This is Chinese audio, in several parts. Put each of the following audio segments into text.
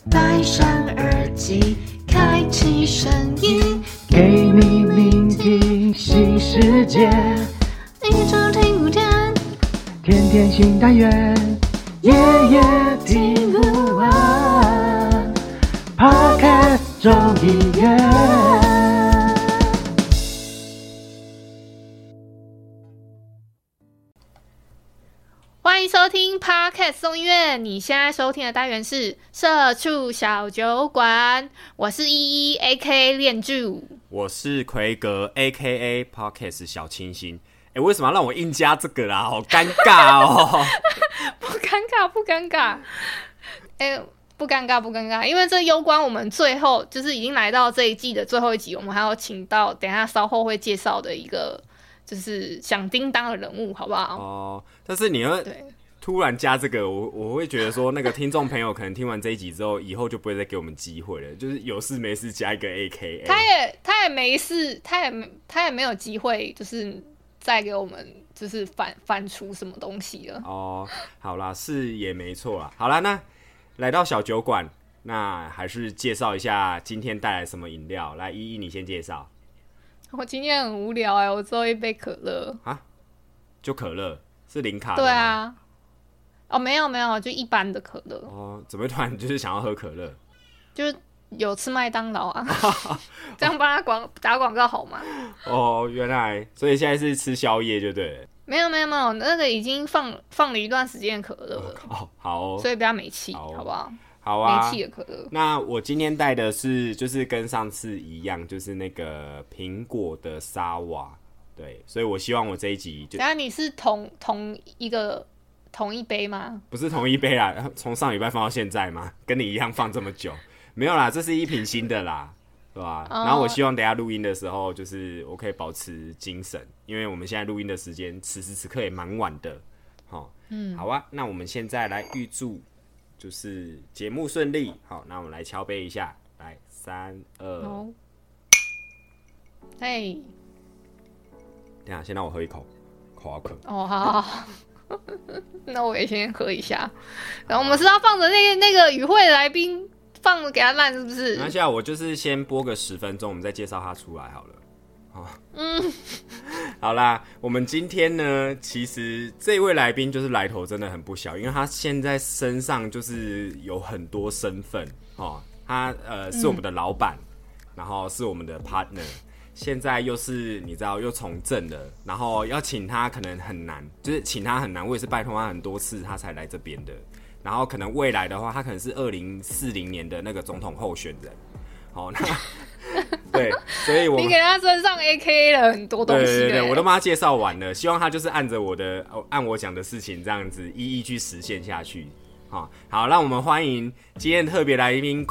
戴上耳机，开启声音， 给你聆听新世界， 一周听5天， 天天新单元，夜夜听不完。Podcast 众议院， 欢迎收听 Podcast 送音乐。你现在收听的单元是社畜小酒馆，我是依依 AKA 恋柱， 我是奎格 AKA Podcast 小清新。为什么要让我硬加这个啦？好尴尬哦！ 不尴尬，不尴尬。不尴尬，不尴尬，因为这攸关我们最后就是已经来到这一季的最后一集，我们还要请到等一下稍后会介绍的一个就是响叮当的人物，好不好？ 哦，但是你会突然加这个，我会觉得说，那个听众朋友可能听完这一集之后，以后就不会再给我们机会了，就是有事没事加一个 AKA。 他也没事，他也没有机会，就是再给我们就是反出什么东西了。 哦，好啦，是也没错啦。好啦，那来到小酒馆，那还是介绍一下今天带来什么饮料。来，依依你先介绍。 我今天很无聊我只有一杯可乐啊，就可乐是零卡的吗？ 对啊，哦没有，就一般的可乐。 哦，怎么突然就是想要喝可乐？ 就是有吃麦当劳啊，这样帮他打广告好吗？ 哦，原来，所以现在是吃宵夜就对了。 没有，那个已经放了一段时间的可乐了。 哦，好哦， 所以不要没气，好不好？ 好啊， 没气的可乐。 那我今天带的是，就是跟上次一样，就是那个苹果的沙瓦。对，所以我希望我这一集就…… 等下你是同一杯吗？ 不是同一杯啦，从上礼拜放到现在吗？跟你一样放这么久？没有啦，这是一瓶新的啦。对吧？然后我希望等一下录音的时候，就是我可以保持精神，因为我们现在录音的时间此时此刻也蛮晚的，好啊。那我们现在来预祝就是节目顺利，好，那我们来敲杯一下，来3、2， 嘿， 等一下先让我喝一口，口好渴。 哦，好，那我也先喝一下。然后我们是要放着那个与会的来宾。放着给他烂是不是？ 那现在我就是先播个10分钟，我们再介绍他出来好了。好啦，我们今天呢，其实这位来宾就是来头真的很不小，因为他现在身上就是有很多身份他是我们的老板，然后是我们的 partner， 现在又是你知道又从政了，然后要请他可能很难，就是请他很难，我也是拜托他很多次，他才来这边的。然后可能未来的话，他可能是2040年的那个总统候选人。好，那对，所以你给他身上 AKA 了很多东西。 对，我都帮他介绍完了，希望他就是按我讲的事情这样子一一去实现下去。好，让我们欢迎今天特别来宾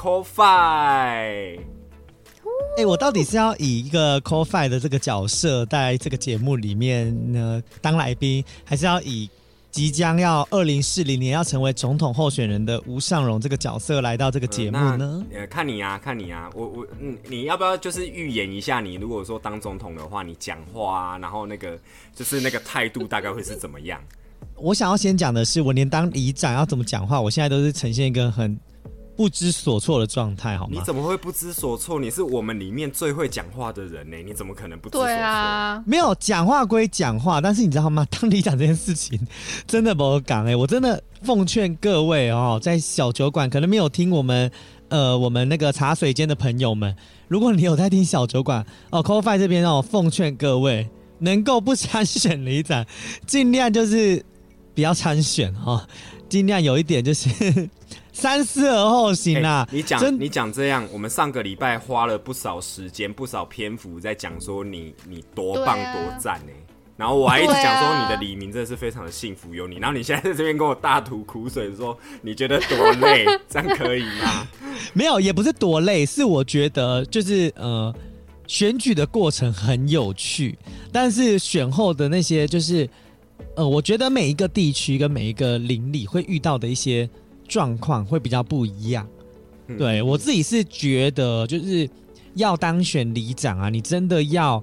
Ko-Fi。 我到底是要以一个 Ko-Fi 的这个角色在这个节目里面呢当来宾，还是要以即将要2040年要成为总统候选人的吴尚荣这个角色来到这个节目呢？ 看你啊，你要不要就是预演一下？你如果说当总统的话，你讲话啊，然后那个就是那个态度大概会是怎么样？ 我想要先讲的是，我连当里长要怎么讲话，我现在都是呈现一个很不知所措的状态，好吗？ 你怎么会不知所措？你是我们里面最会讲话的人呢，你怎么可能不知所措？ 对啊， 没有讲话归讲话，但是你知道吗？当里长这件事情真的不讲我真的奉劝各位在小酒馆可能没有听我们那个茶水间的朋友们，如果你有在听小酒馆Ko-Fi 这边奉劝各位能够不参选里长，尽量就是不要参选尽量有一点就是三思而后行啦。 你讲这样，我们上个礼拜花了不少时间、不少篇幅在讲说你多棒多赞然后我还一直讲说你的李明真的是非常的幸福有你，然后你现在在这边跟我大吐苦水说你觉得多累，这样可以吗？ 没有，也不是多累，是我觉得就是选举的过程很有趣，但是选后的那些就是我觉得每一个地区跟每一个邻里会遇到的一些状况会比较不一样。对，我自己是觉得就是要当选里长啊，你真的要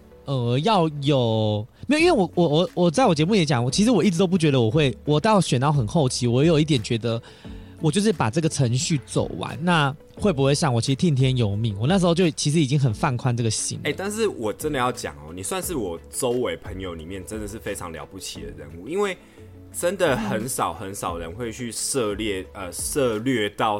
有没有？因为我在我节目也讲，其实我一直都不觉得我到选到很后期，我有一点觉得我就是把这个程序走完，那会不会上我其实听天由命。我那时候就其实已经很放宽这个心。 但是我真的要讲哦，你算是我周围朋友里面真的是非常了不起的人物，因为真的很少很少人会去涉猎到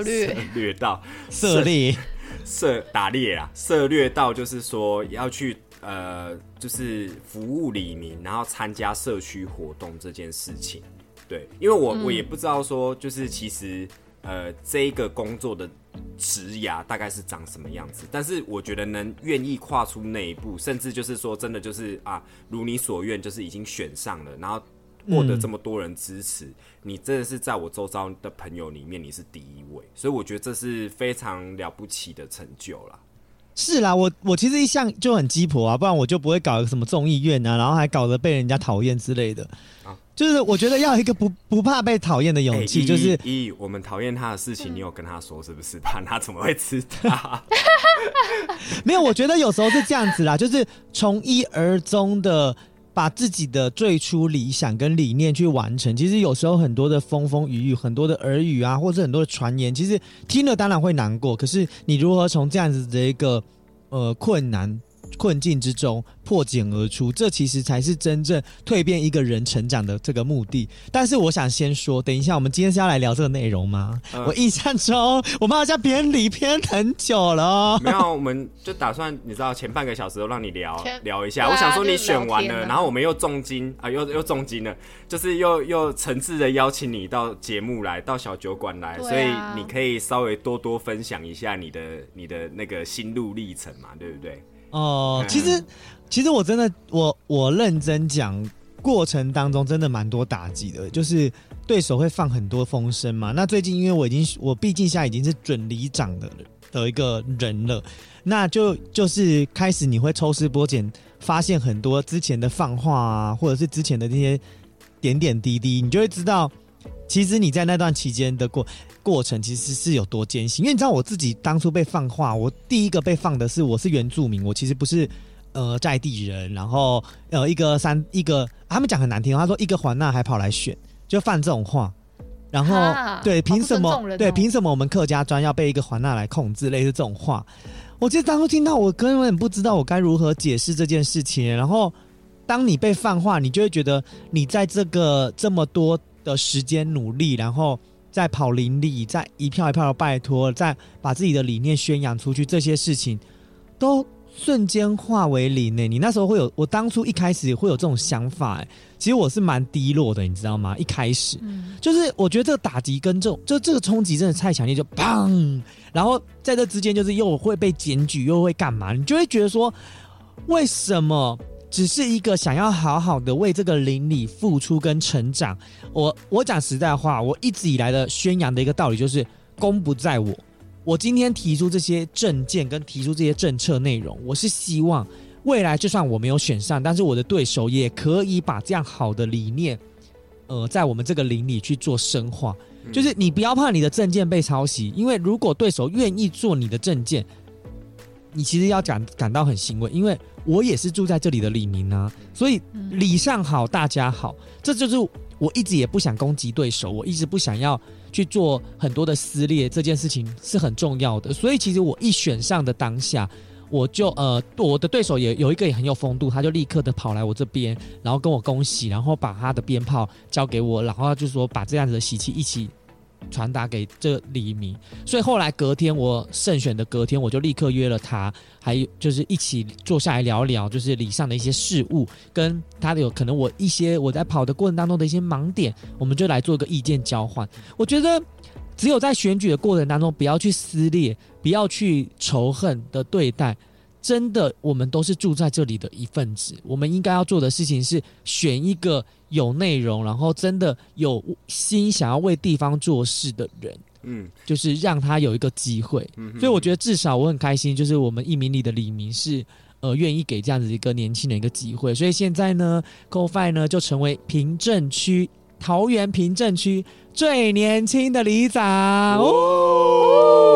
就是说要去就是服务里民，然后参加社区活动这件事情。对，因为我也不知道说，就是其实这一个工作的职涯大概是长什么样子，但是我觉得能愿意跨出那一步，甚至就是说真的就是如你所愿，就是已经选上了，然后获得这么多人支持，你真的是在我周遭的朋友里面你是第一位，所以我觉得这是非常了不起的成就啦。 是啦，我其实一向就很鸡婆啊，不然我就不会搞一个什么众议院啊，然后还搞得被人家讨厌之类的。就是我觉得要有一个不怕被讨厌的勇气，就是我们讨厌他的事情，你有跟他说是不是？不然他怎么会知道？ 没有，我觉得有时候是这样子啦，就是从一而终的把自己的最初理想跟理念去完成。其实有时候很多的风风雨雨，很多的耳语啊，或者很多的传言，其实听了当然会难过，可是你如何从这样子的一个困境之中破茧而出，这其实才是真正蜕变一个人成长的这个目的。但是我想先说，等一下我们今天是要来聊这个内容吗？我印象中我们好像偏很久了哦。 没有，我们就打算你知道前半个小时都让你聊一下。我想说你选完了，然后我们又重金又重金了，就是又诚挚的邀请你到节目来，到小酒馆来，所以你可以稍微多分享一下你的那个心路历程嘛，对不对？ 其实我真的我认真讲，过程当中真的蛮多打击的，就是对手会放很多风声嘛。那最近因为我毕竟现在已经是准里长的一个人了，那就是开始你会抽丝剥茧，发现很多之前的放话啊，或者是之前的这些点点滴滴，你就会知道，其实你在那段期间的过程其实是有多艰辛。因为你知道我自己当初被放话，我第一个被放的是我是原住民，我其实不是在地人，然后一个他们讲很难听，他说一个环纳还跑来选，就放这种话，然后对凭什么我们客家专要被一个环纳来控制，类似这种话。我记得当初听到我根本不知道我该如何解释这件事情，然后当你被放话，你就会觉得你在这么多的时间努力，然后再跑邻里，再一票一票的拜托，再把自己的理念宣扬出去，这些事情都瞬间化为零欸。你那时候我当初一开始会有这种想法欸，其实我是蛮低落的，你知道吗？一开始，就是我觉得这个打击跟这个冲击真的太强烈，就砰，然后在这之间就是又会被检举，又会干嘛？你就会觉得说，为什么？只是一个想要好好的为这个邻里付出跟成长，我讲实在话，我一直以来的宣扬的一个道理就是功不在我。我今天提出这些政见跟提出这些政策内容，我是希望未来就算我没有选上，但是我的对手也可以把这样好的理念，在我们这个邻里去做深化。就是你不要怕你的政见被抄袭，因为如果对手愿意做你的政见，你其实要感到很欣慰，因为我也是住在这里的里民啊，所以礼上好，大家好，这就是我一直也不想攻击对手，我一直不想要去做很多的撕裂，这件事情是很重要的。所以其实我一选上的当下，我就我的对手也有一个也很有风度，他就立刻的跑来我这边，然后跟我恭喜，然后把他的鞭炮交给我，然后他就说把这样子的喜气一起传达给这里民。所以后来隔天我胜选的隔天，我就立刻约了他，还有就是一起坐下来聊聊，就是里上的一些事务，跟他有可能我在跑的过程当中的一些盲点，我们就来做一个意见交换。我觉得只有在选举的过程当中，不要去撕裂，不要去仇恨的对待，真的我们都是住在这里的一份子，我们应该要做的事情是选一个有内容，然后真的有心想要为地方做事的人，就是让他有一个机会。所以我觉得至少我很开心，就是我们一民里的里民是愿意给这样子一个年轻人一个机会。所以现在呢 Ko-Fi 呢就成为桃园平镇区最年轻的里长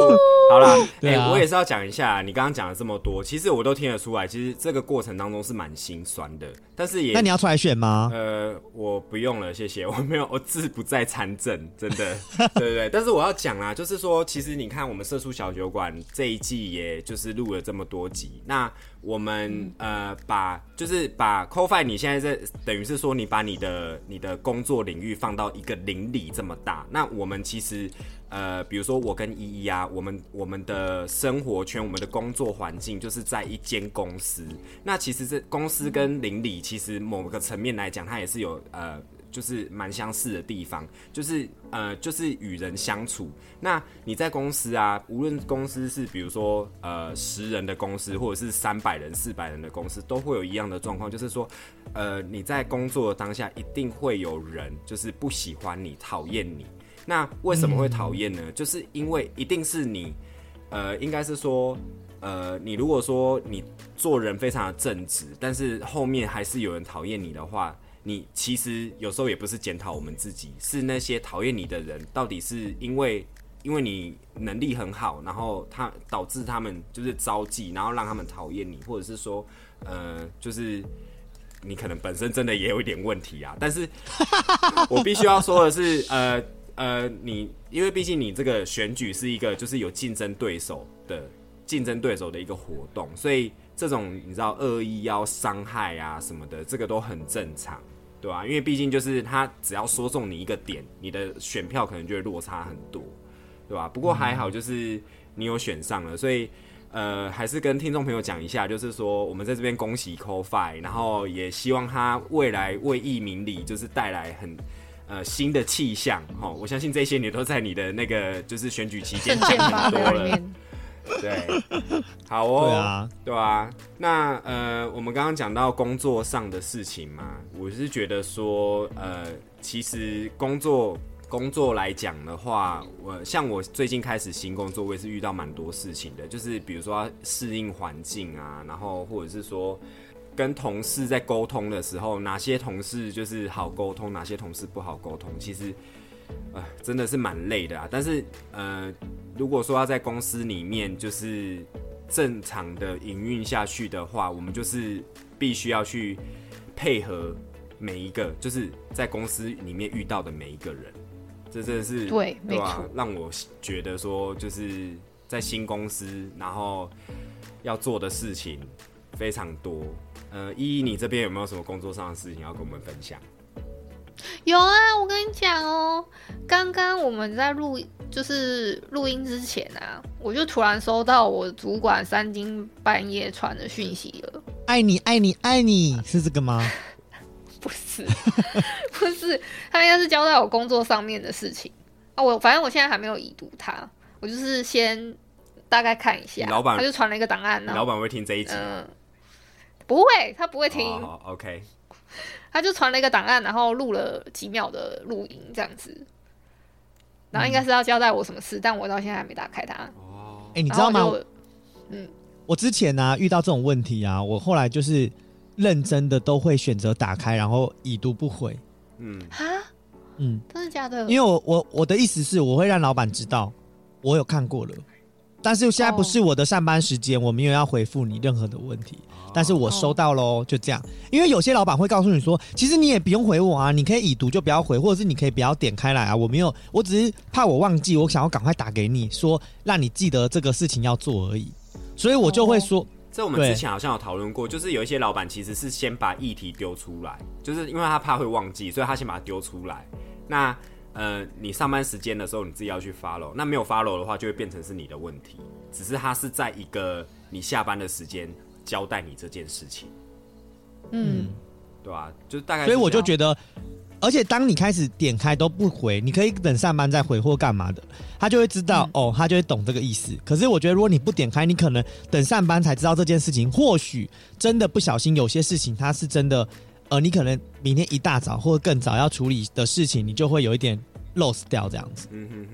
好啦， 对啊我也是要讲一下，你刚刚讲了这么多，其实我都听得出来，其实这个过程当中是蛮心酸的，但是也那你要出来选吗？ 我不用了，谢谢，我没有，我志不在参政，真的，对对对。但是我要讲啦，就是说，其实你看我们社畜小酒馆这一季，也就是录了这么多集，那我们把 Ko-Fi 你现在在等于是说你把你的工作领域放到一个邻里这么大，那我们其实比如说我跟依依啊，我们的生活圈，我们的工作环境就是在一间公司。那其实这公司跟邻里，其实某个层面来讲，它也是有就是蛮相似的地方，就是与人相处。那你在公司啊，无论公司是比如说10人的公司，或者是300人、400人的公司，都会有一样的状况，就是说你在工作的当下，一定会有人就是不喜欢你、讨厌你。那为什么会讨厌呢？就是因为一定是你，应该是说，你如果说你做人非常的正直，但是后面还是有人讨厌你的话，你其实有时候也不是检讨我们自己，是那些讨厌你的人到底是因为你能力很好，然后导致他们就是招忌，然后让他们讨厌你，或者是说，就是你可能本身真的也有一点问题啊。但是我必须要说的是，你因为毕竟你这个选举是一个就是有竞争对手的一个活动，所以这种你知道恶意要伤害啊什么的，这个都很正常，对吧？因为毕竟就是他只要说中你一个点，你的选票可能就会落差很多，对吧？不过还好就是你有选上了，所以还是跟听众朋友讲一下，就是说我们在这边恭喜 Ko-Fi， 然后也希望他未来为义民里就是带来很新的气象，我相信这些你都在你的那个就是选举期间讲很多了。对，好哦，对啊。那我们刚刚讲到工作上的事情嘛，我是觉得说，其实工作来讲的话，像我最近开始新工作，我也是遇到蛮多事情的，就是比如说要适应环境啊，然后或者是说跟同事在沟通的时候，哪些同事就是好沟通，哪些同事不好沟通，其实真的是蛮累的啊。但是如果说要在公司里面就是正常的营运下去的话，我们就是必须要去配合每一个就是在公司里面遇到的每一个人，这真的是对吧？ 让我觉得说就是在新公司，然后要做的事情非常多。依依，你这边有没有什么工作上的事情要跟我们分享？ 有啊，我跟你讲哦，刚刚我们在录音之前啊，我就突然收到我主管3更半夜传的讯息了， 爱你爱你爱你，是这个吗？ 不是，不是，他应该是交代我工作上面的事情啊。反正我现在还没有已读他，我就是先大概看一下。老板他就传了一个档案， 老板会听这一集？ 不会，他不会听。 OK。 他就传了一个档案，然后录了几秒的录音这样子，然后应该是要交代我什么事，但我到现在还没打开它。 哦，你知道吗？我之前啊遇到这种问题啊，我后来就是认真的都会选择打开，然后已读不回。真的假的？因为我的意思是，我会让老板知道我有看过了。但是现在不是我的上班时间，我没有要回复你任何的问题，但是我收到咯，就这样。因为有些老板会告诉你说，其实你也不用回我啊，你可以已读就不要回，或者是你可以不要点开来啊，我只是怕我忘记，我想要赶快打给你说，让你记得这个事情要做而已，所以我就会说。 这我们之前好像有讨论过，就是有一些老板其实是先把议题丢出来，就是因为他怕会忘记，所以他先把它丢出来。那你上班时间的时候你自己要去 follow， 那没有 follow 的话就会变成是你的问题，只是他是在一个你下班的时间交代你这件事情，对吧？就大概是这样。所以我就觉得， 而且当你开始点开都不回，你可以等上班再回或干嘛的，他就会知道，他就会懂这个意思。可是我觉得如果你不点开，你可能等上班才知道这件事情，或许真的不小心有些事情它是真的你可能明天一大早或者更早要处理的事情，你就会有一点 lost 掉这样子。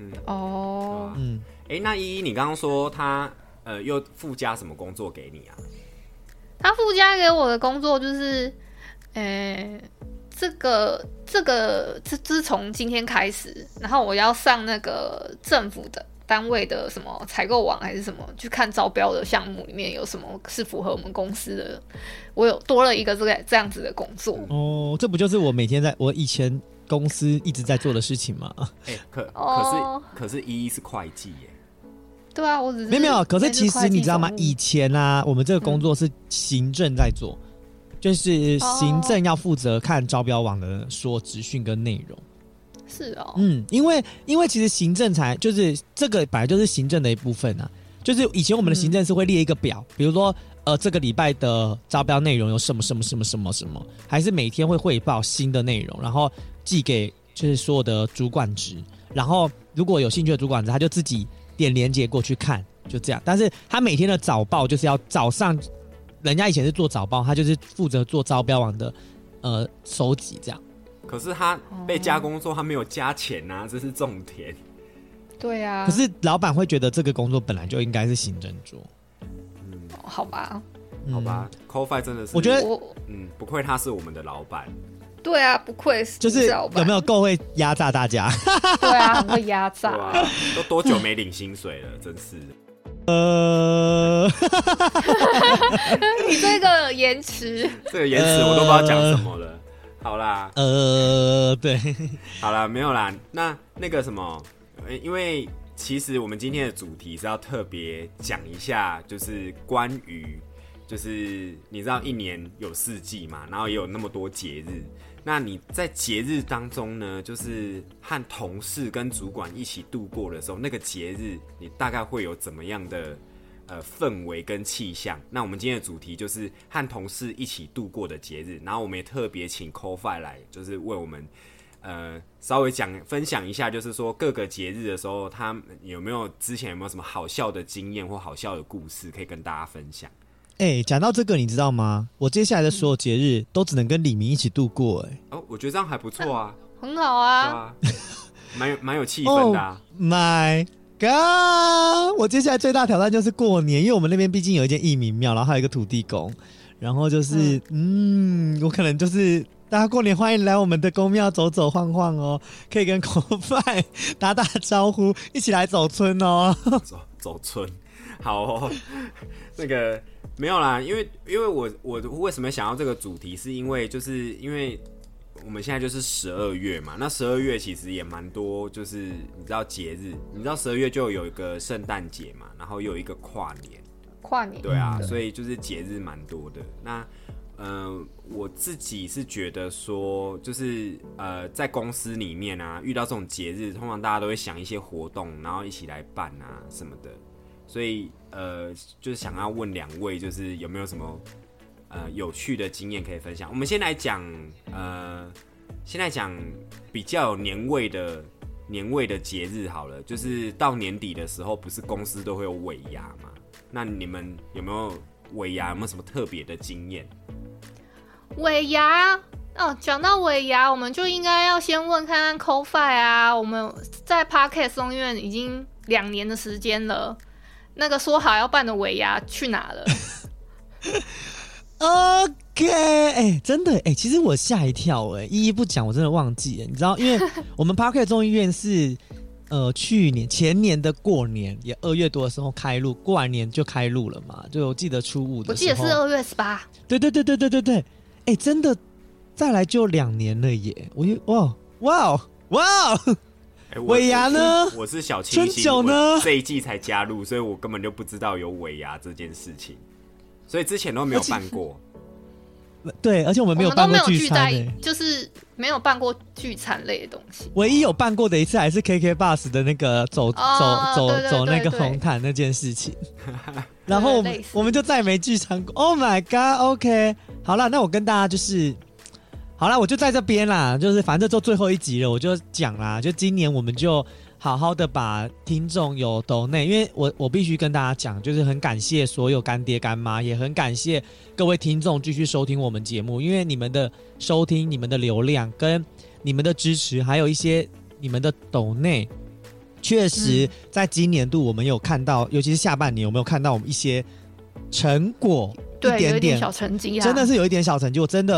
那依依，你刚刚说他又附加什么工作给你啊？ 他附加给我的工作就是，这是从今天开始，然后我要上那个政府的单位的什么采购网还是什么，去看招标的项目里面有什么是符合我们公司的，我有多了一个这样子的工作。 哦，这不就是我每天我以前公司一直在做的事情吗？ 可是依依是会计耶。 对啊，我只是没有，可是其实你知道吗？以前啊，我们这个工作是行政在做，就是行政要负责看招标网的所有资讯跟内容。 是哦， 因为其实行政就是这个本来就是行政的一部分啊。就是以前我们的行政是会列一个表，比如说这个礼拜的招标内容有什么，还是每天会汇报新的内容，然后寄给就是所有的主管职，然后如果有兴趣的主管职，他就自己点连结过去看，就这样。但是他每天的早报就是要早上，人家以前是做早报，他就是负责做招标网的收集这样。 可是他被加工说他没有加钱啊，这是重点。 对啊。 可是老板会觉得这个工作本来就应该是行政做。 好吧。 好吧 ，Ko-Fi 真的是， 我觉得不愧他是我们的老板。 对啊，不愧是就是有没有够会压榨大家？ 对啊，很会压榨。 对啊，都多久没领薪水了？真是。 你这个延迟， 我都不知道讲什么了。好啦， 对， 好啦，没有啦。那个什么，因为其实我们今天的主题是要特别讲一下，就是关于，就是你知道一年有4季嘛，然后也有那么多节日。那你在节日当中呢，就是和同事跟主管一起度过的时候，那个节日你大概会有怎么样的氛围跟气象？那我们今天的主题就是和同事一起度过的节日，然后我们也特别请 Ko-Fi 来，就是为我们稍微分享一下，就是说各个节日的时候，他之前有没有什么好笑的经验或好笑的故事可以跟大家分享？ 讲到这个，你知道吗？我接下来的所有节日都只能跟李明一起度过。 我觉得这样还不错啊， 很好啊， 对啊，蛮有气氛的啊。 Oh my god！ 我接下来最大挑战就是过年，因为我们那边毕竟有一间义民庙，然后还有一个土地公，然后就是我可能就是大家过年欢迎来我们的公庙走走晃晃哦，可以跟Ko-Fi打打招呼，一起来走村哦。 走村，好哦。那个没有啦，因为我为什么想要这个主题，是因为我们现在就是12月嘛，那12月其实也蛮多，就是你知道节日，你知道12月就有一个圣诞节嘛，然后又有一个跨年，对啊，所以就是节日蛮多的。那我自己是觉得说，就是在公司里面啊，遇到这种节日，通常大家都会想一些活动，然后一起来办啊什么的。所以就是想要问2位，就是有没有什么有趣的经验可以分享？我们先来讲比较有年味的节日好了，就是到年底的时候，不是公司都会有尾牙嘛？那你们有没有尾牙？有没有什么特别的经验？ 尾牙讲到尾牙，我们就应该要先问看看 Ko-Fi 啊，我们在 Podcast 中因为已经2年的时间了。那个说好要办的尾牙去哪了 ？OK， 真的其实我吓一跳依依不讲，我真的忘记了，你知道，因为我们 Podcast 众议院是前年的过年，也2月多的时候开录，过完年就开录了嘛，就我记得初5的时候， 我记得是2月18。 对，真的再来就2年了耶！哇！尾牙呢？ 我是小清新， 春酒呢？ 这一季才加入，所以我根本就不知道有尾牙这件事情，所以之前都没有办过。 对，而且我们没有办过聚餐， 就是没有办过聚餐类的东西。 唯一有办过的一次还是 KKBOX 的那个走那个红毯那件事情，然后我们就再也没聚餐过。Oh my god！OK， 好了，那我跟大家就是。好啦，我就在这边啦，就是反正就最后一集了，我就讲啦，就今年我们就好好的把听众有抖内，因为我必须跟大家讲，就是很感谢所有干爹干妈，也很感谢各位听众继续收听我们节目，因为你们的收听、你们的流量跟你们的支持，还有一些你们的抖内，确实在今年度我们有看到，尤其是下半年有没有看到我们一些成果？ 对，有一点小成绩啊， 真的是有一点小成绩，我真的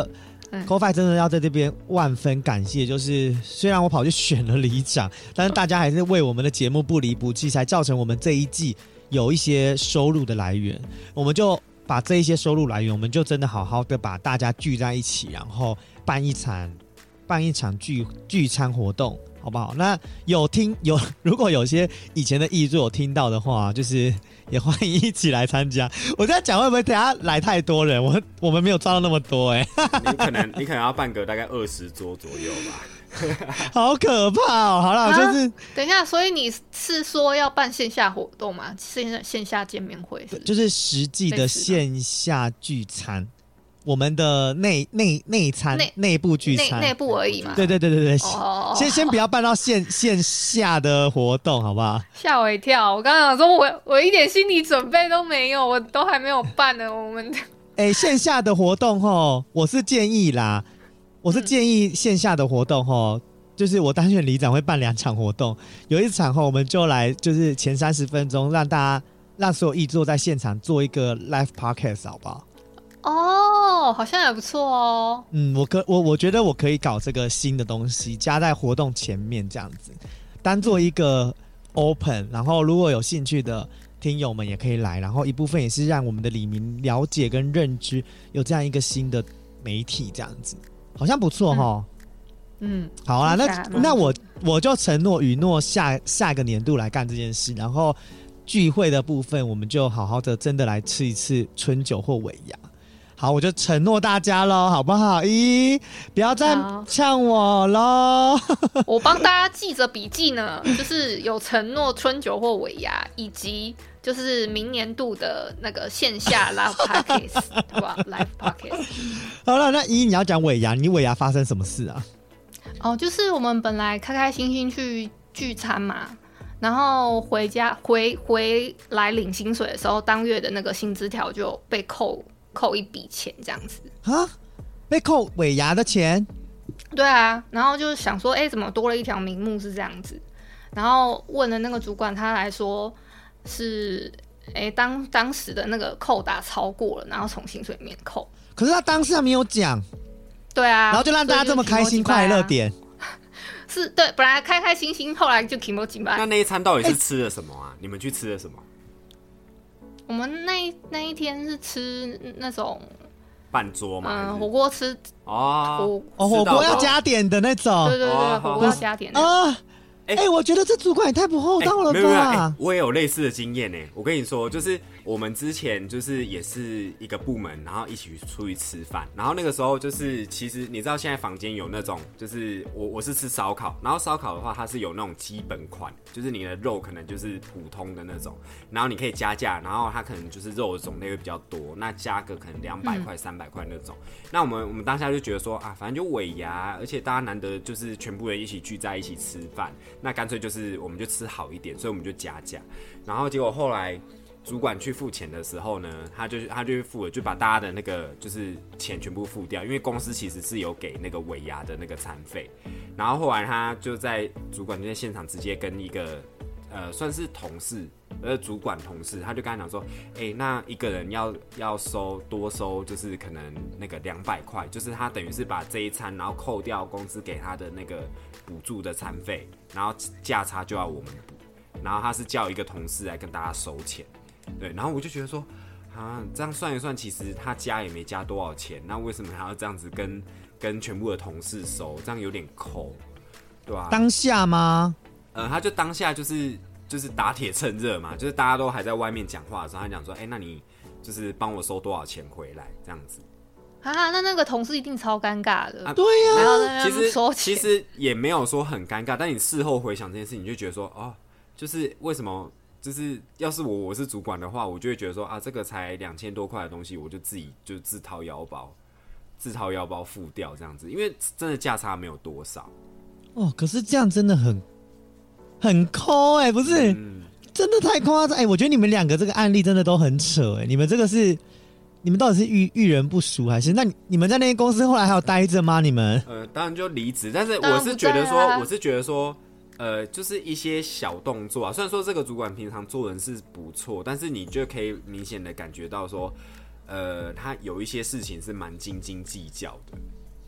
Ko-Fi 真的要在这边万分感谢，就是虽然我跑去选了里长，但是大家还是为我们的节目不离不弃，才造成我们这一季有一些收入的来源。我们就把这一些收入来源，我们就真的好好的把大家聚在一起，然后办一场聚餐活动，好不好？那如果有些以前的艺作有听到的话，就是也欢迎一起来参加。我这样讲会不会等下来太多人？我们没有抓到那么多你可能要办个大概20桌左右吧。 好可怕哦！好了，就是等一下，所以你是说要办线下活动吗？线下见面会就是实际的线下聚餐，我们的内餐内部聚餐内部而已嘛。 对，先不要办到线下的活动，好不好？ 吓我一跳！我刚刚想说我一点心理准备都没有，我都还没有办呢。我们线下的活动齁，我是建议线下的活动齁，就是我当选里长会办2场活动，有一场齁我们就来就是前30分钟让所有议座在现场做一个 live podcast， 好不好？ 哦，好像也不错哦。 我觉得我可以搞这个新的东西，加在活动前面这样子，当做一个 open， 然后如果有兴趣的听友们也可以来，然后一部分也是让我们的里民了解跟认知有这样一个新的媒体这样子。好像不错齁。好啦，那我就承诺允诺下个年度来干这件事，然后聚会的部分我们就好好的真的来吃一次春酒或尾牙。好，我就承诺大家咯，好不好？不要再呛我咯。 我帮大家记着笔记呢，就是有承诺春酒或尾牙，以及就是明年度的那个线下 live podcast， 好不好 ？live podcast。 好了，那你要讲尾牙，你尾牙发生什么事啊？ 就是我们本来开开心心去聚餐嘛，然后回来领薪水的时候，当月的那个薪资条就被扣一笔钱这样子啊，被扣尾牙的钱？ 对啊，然后就想说，怎么多了一条名目是这样子？然后问了那个主管，他来说是，当时的那个扣打超过了，然后从薪水里面扣。 可是他当时还没有讲。 对啊， 然后就让大家这么开心快乐点。 是对，本来开开心心，后来就 kimoji 吧。 那一餐到底是吃了什么啊？你们去吃了什么？ 我们那一天是吃那种半桌嘛， 火锅吃火锅要加点的那种。 对，火锅要加点的。 我觉得这主管也太不厚道了吧？ 没有，我也有类似的经验呢。我跟你说，就是我们之前就是也是一个部门，然后一起出去吃饭，然后那个时候就是其实你知道现在房间有那种，就是我是吃烧烤，然后烧烤的话它是有那种基本款，就是你的肉可能就是普通的那种，然后你可以加价，然后它可能就是肉的种类会比较多，那加个可能200块、300块那种。那我们当下就觉得说反正就尾牙，而且大家难得就是全部人一起聚在一起吃饭。那干脆就是我们就吃好一点，所以我们就加价。然后结果后来主管去付钱的时候呢，他就付了，就把大家的那个就是钱全部付掉，因为公司其实是有给那个尾牙的那个餐费。然后后来他就在主管就在现场直接跟一个算是同事，主管同事，他就跟他讲说，那一个人要多收，就是可能那个200块，就是他等于是把这一餐，然后扣掉公司给他的那个补助的餐费，然后价差就要我们补，然后他是叫一个同事来跟大家收钱，对，然后我就觉得说，这样算一算，其实他加也没加多少钱，那为什么还要这样子跟全部的同事收，这样有点抠，对吧？ 当下吗？ 他就当下就是打铁趁热嘛，就是大家都还在外面讲话的时候，他讲说，那你就是帮我收多少钱回来这样子。 那个同事一定超尴尬的。 对呀， 其实也没有说很尴尬，但你事后回想这件事，你就觉得说，就是为什么？就是要是我是主管的话，我就会觉得说这个才2000多块的东西，我就自己就自掏腰包付掉这样子，因为真的价差没有多少。 可是这样真的很抠不是、真的太夸张我觉得你们两个这个案例真的都很扯你们这个是你们到底是遇人不淑还是那你们在那间公司后来还有待着吗？你们当然就离职，但是我是觉得说就是一些小动作虽然说这个主管平常做人是不错，但是你就可以明显的感觉到说他有一些事情是蛮斤斤计较的。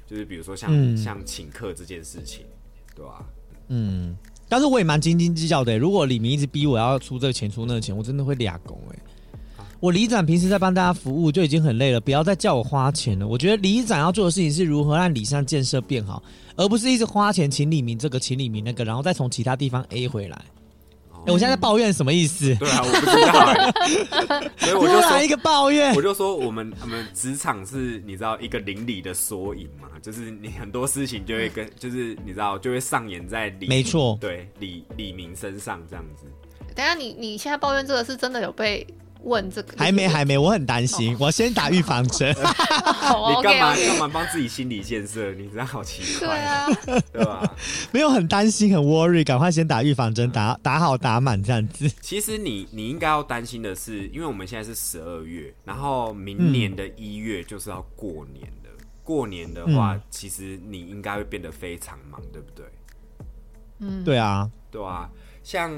就是比如说像请客这件事情，对吧？ 但是我也蛮斤斤计较的。如果李明一直逼我要出这个钱出那个钱，我真的会俩拱我里长平时在帮大家服务就已经很累了，不要再叫我花钱了。我觉得里长要做的事情是如何让里上建设变好，而不是一直花钱请李明这个请李明那个，然后再从其他地方 A 回来。我现在在抱怨什么意思？ 对啊，我不知道所以我就说一个抱怨， 我就说我们职场是你知道一个邻里的缩影嘛，就是你很多事情就会就是你知道就会上演在没错， 对李明身上这样子。 等一下你现在抱怨这个是真的有被问这个？ 还没，我很担心，我先打预防针。 你干嘛帮自己心理建设？你这样好奇怪， 对啊， 对吧？ 没有很担心，很 worry， 赶快先打预防针，打好打满这样子。 其实你应该要担心的是，因为我们现在是12月，然后明年的1月就是要过年了。过年的话，其实你应该会变得非常忙，对不对？ 对啊， 对啊。像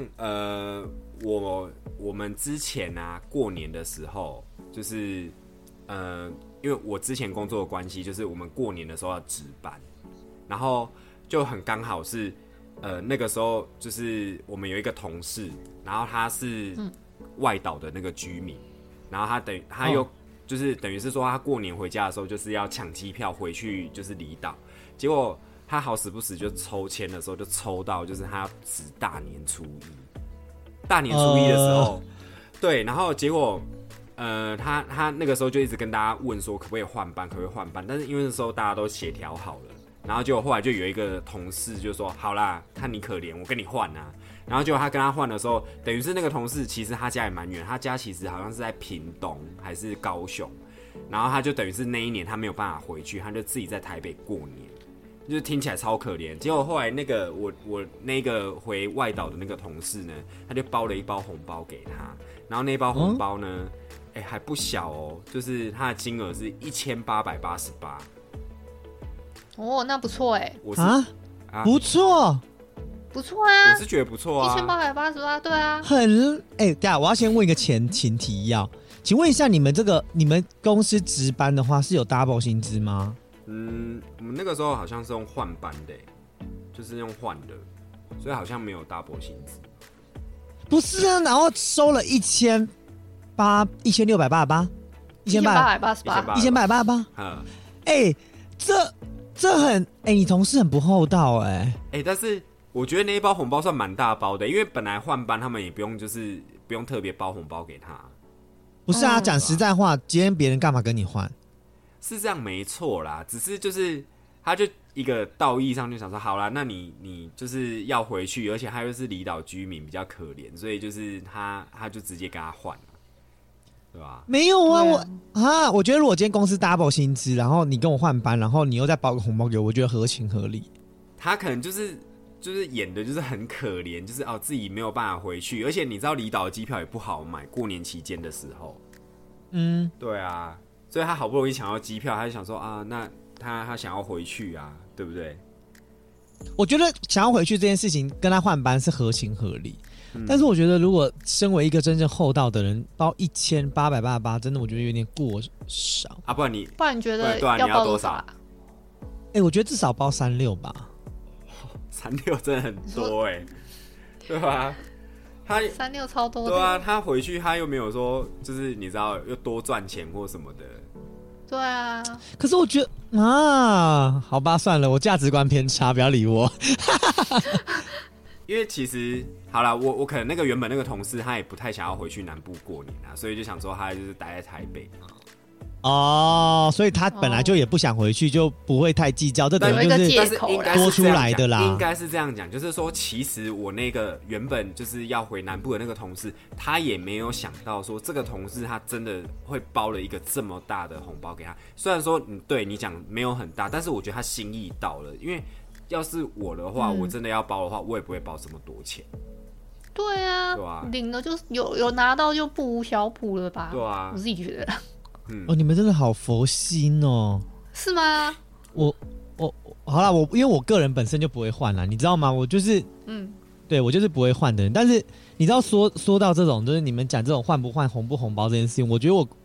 我们之前啊过年的时候，就是因为我之前工作的关系，就是我们过年的时候要值班，然后就很刚好是那个时候就是我们有一个同事，然后他是外岛的那个居民，然后他又就是等于是说他过年回家的时候就是要抢机票回去就是离岛，结果他好死不死就抽签的时候就抽到就是他要值大年初一的时候，对，然后结果他那个时候就一直跟大家问说可不可以换班，但是因为那时候大家都协调好了，然后结果后来就有一个同事就说好啦，看你可怜，我跟你换啊。然后结果他跟他换的时候，等于是那个同事其实他家也蛮远，他家其实好像是在屏东还是高雄，然后他就等于是那一年他没有办法回去，他就自己在台北过年，就是听起来超可怜。结果后来那个我那个回外岛的那个同事呢，他就包了一包红包给他，然后那包红包呢，还不小哦，就是他的金额是1888。 哦，那不错哎。 不错。 不错啊， 我是觉得不错啊 ，1888，对啊， 等下我要先问一个前提要，请问一下你们公司值班的话是有 double 薪资吗？ 我们那个时候好像是用换班的，就是用换的，所以好像没有 double 薪资。 不是啊，然后收了1688，1888，1888，这很你同事很不厚道但是我觉得那一包红包算蛮大包的，因为本来换班他们也不用特别包红包给他。 不是啊，讲实在话，今天别人干嘛跟你换？ 是这样没错啦，只是就是他就一个道义上就想说，好啦，那你就是要回去，而且他又是离岛居民，比较可怜，所以就是他就直接跟他换了，对吧？ 没有啊，我觉得如果今天公司 double 薪资，然后你跟我换班，然后你又再包个红包给我，我觉得合情合理。 他可能就是演的就是很可怜，就是自己没有办法回去，而且你知道离岛的机票也不好买，过年期间的时候，对啊，所以他好不容易抢到机票，他就想说啊，那他想要回去啊，对不对？ 我觉得想要回去这件事情跟他换班是合情合理，但是我觉得如果身为一个真正厚道的人，包1888，真的我觉得有点过少啊。不然你觉得对啊，你要多少？ 我觉得至少包36吧。 36真的很多对吧？他 36超多的。 对啊，他回去他又没有说，就是你知道又多赚钱或什么的。 对啊。 可是我觉得好吧，算了，我价值观偏差，不要理我。 因为其实好啦，我可能原本那个同事他也不太想要回去南部过年啊，所以就想说他就是待在台北。所以他本来就也不想回去，就不会太计较，这等于就是多出来的啦。 应该是这样讲，就是说，其实我那个原本就是要回南部的那个同事，他也没有想到说这个同事他真的会包了一个这么大的红包给他。虽然说对你讲没有很大，但是我觉得他心意到了。因为要是我的话，我真的要包的话，我也不会包这么多钱。 对啊，领了就有拿到就不无小补了吧？ 对啊， 我自己觉得。 你们真的好佛心哦！ 是吗？ 我好啦，因为我个人本身就不会换啦，你知道吗？我就是对我就是不会换的人。但是你知道说到这种，就是你们讲这种换不换红不红包这件事情，我觉得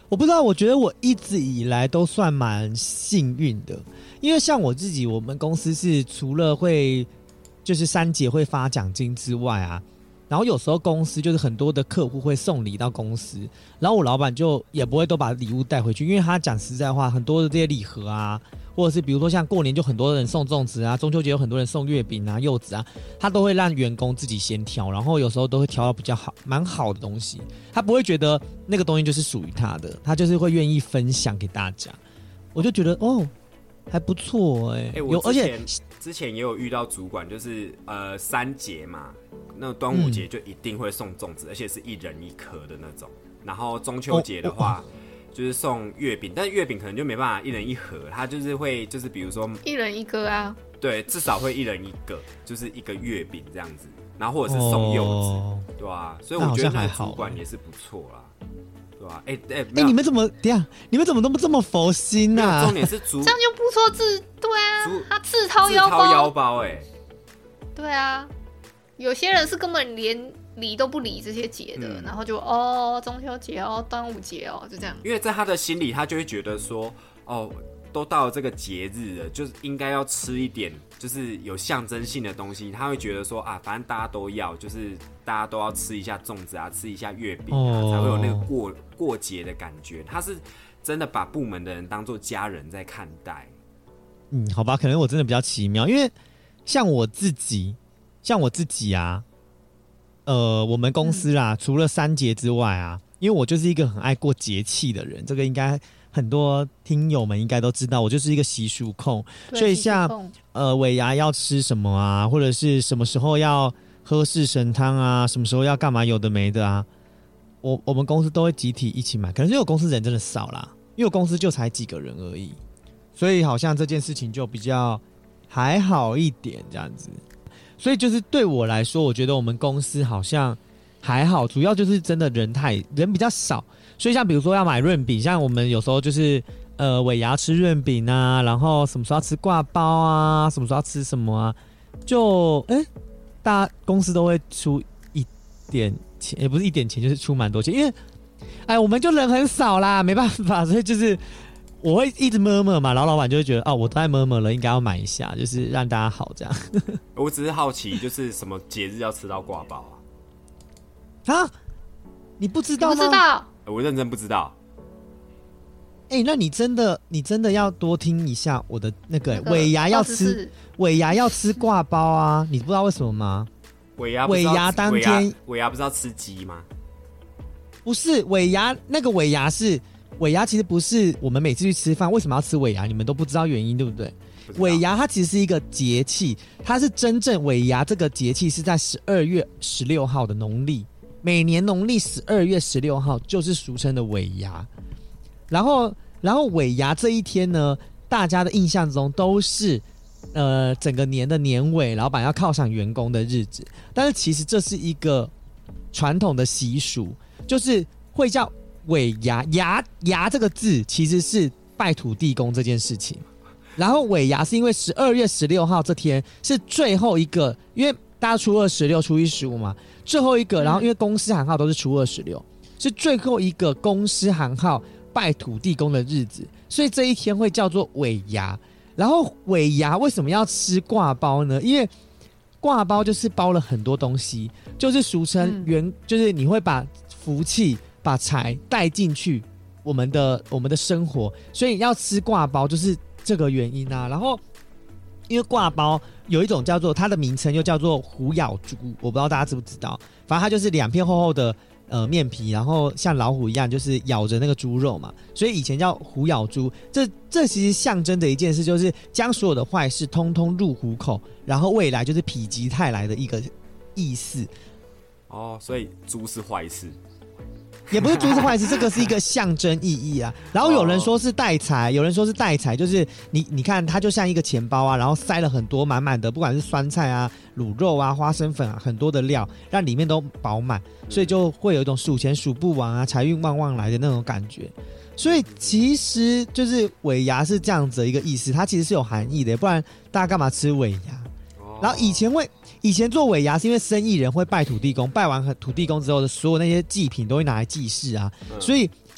我不知道，我觉得我一直以来都算蛮幸运的，因为像我自己，我们公司是除了会就是3节会发奖金之外啊，然后有时候公司就是很多的客户会送礼到公司，然后我老板就也不会都把礼物带回去，因为他讲实在话，很多的这些礼盒啊，或者是比如说像过年就很多人送粽子啊，中秋节有很多人送月饼啊、柚子啊，他都会让员工自己先挑，然后有时候都会挑到比较好、蛮好的东西，他不会觉得那个东西就是属于他的，他就是会愿意分享给大家。我就觉得哦，还不错而且之前也有遇到主管，就是3节嘛，那端午节就一定会送粽子，而且是1人1颗的那种，然后中秋节的话。就是送月饼，但是月饼可能就没办法1人1盒，它就是会就是比如说 1人1个啊， 对，至少会1人1个，就是一个月饼这样子，然后或者是送柚子，对吧？所以我觉得那个主管也是不错啦，对吧？ 你们怎么等一下？你们怎么这么佛心啊？ 重点是这样就不说对啊，他自掏腰包对啊，有些人是根本连理都不理这些节的，然后就中秋节端午节就这样。因为在他的心里，他就会觉得说都到了这个节日了，就是应该要吃一点就是有象征性的东西。他会觉得说反正大家都要，就是大家都要吃一下粽子啊，吃一下月饼啊，才会有那个过节的感觉。他是真的把部门的人当作家人在看待。 好吧，可能我真的比较奇妙，因为像我自己啊。我们公司啦，除了3节之外啊，因为我就是一个很爱过节气的人，这个应该很多听友们应该都知道，我就是一个习俗控，所以像尾牙要吃什么啊，或者是什么时候要喝四神汤啊，什么时候要干嘛，有的没的啊，我们公司都会集体一起买，可能是因为我公司人真的少啦，因为我公司就才几个人而已，所以好像这件事情就比较还好一点这样子。所以就是对我来说，我觉得我们公司好像还好，主要就是真的人比较少，所以像比如说要买润饼，像我们有时候就是尾牙吃润饼啊，然后什么时候要吃挂包啊，什么时候要吃什么啊，就大家公司都会出一点钱，也不是一点钱，就是出蛮多钱，因为我们就人很少啦，没办法，所以就是我会一直murmur嘛，然后老板就会觉得我都在murmur了，应该要买一下，就是让大家好这样。 我只是好奇，就是什么节日要吃到挂包啊？你不知道吗？ 不知道， 我认真不知道。 那你真的要多听一下我的那个尾牙要吃挂包啊！你不知道为什么吗？ 尾牙当天，尾牙不是要吃鸡吗？ 不是尾牙，那个尾牙是。尾牙其实不是我们每次去吃饭为什么要吃尾牙，你们都不知道原因对不对？尾牙它其实是一个节气，它是真正尾牙这个节气是在12月16号的农历，每年农历12月16号就是俗称的尾牙。然后尾牙这一天呢，大家的印象中都是整个年的年尾，老板要犒赏员工的日子，但是其实这是一个传统的习俗，就是会叫尾牙，牙这个字其实是拜土地公这件事情，然后尾牙是因为12月16号这天是最后一个，因为大家初2、16、初1、15嘛，最后一个，然后因为公司行号都是初2、16，是最后一个公司行号拜土地公的日子，所以这一天会叫做尾牙。然后尾牙为什么要吃挂包呢？因为挂包就是包了很多东西，就是俗称就是你会把福气把财带进去我们的生活，所以要吃挂包就是这个原因啊。然后因为挂包有一种叫做它的名称又叫做虎咬猪，我不知道大家知不知道，反正它就是2片厚厚的面皮，然后像老虎一样就是咬着那个猪肉嘛，所以以前叫虎咬猪。这其实象征的一件事就是将所有的坏事通通入虎口，然后未来就是否极泰来的一个意思。 所以猪是坏事。 也不是猪是坏事，这个是一个象征意义啊。然后有人说是带财，有人说是带财，就是你看它就像一个钱包啊，然后塞了很多满满的，不管是酸菜啊、卤肉啊、花生粉啊，很多的料，让里面都饱满，所以就会有一种数钱数不完啊、财运旺旺来的那种感觉。所以其实就是尾牙是这样子的一个意思，它其实是有含义的，不然大家干嘛吃尾牙？然后以前做尾牙是因为生意人会拜土地公，拜完土地公之后的所有那些祭品都会拿来祭祀啊，所以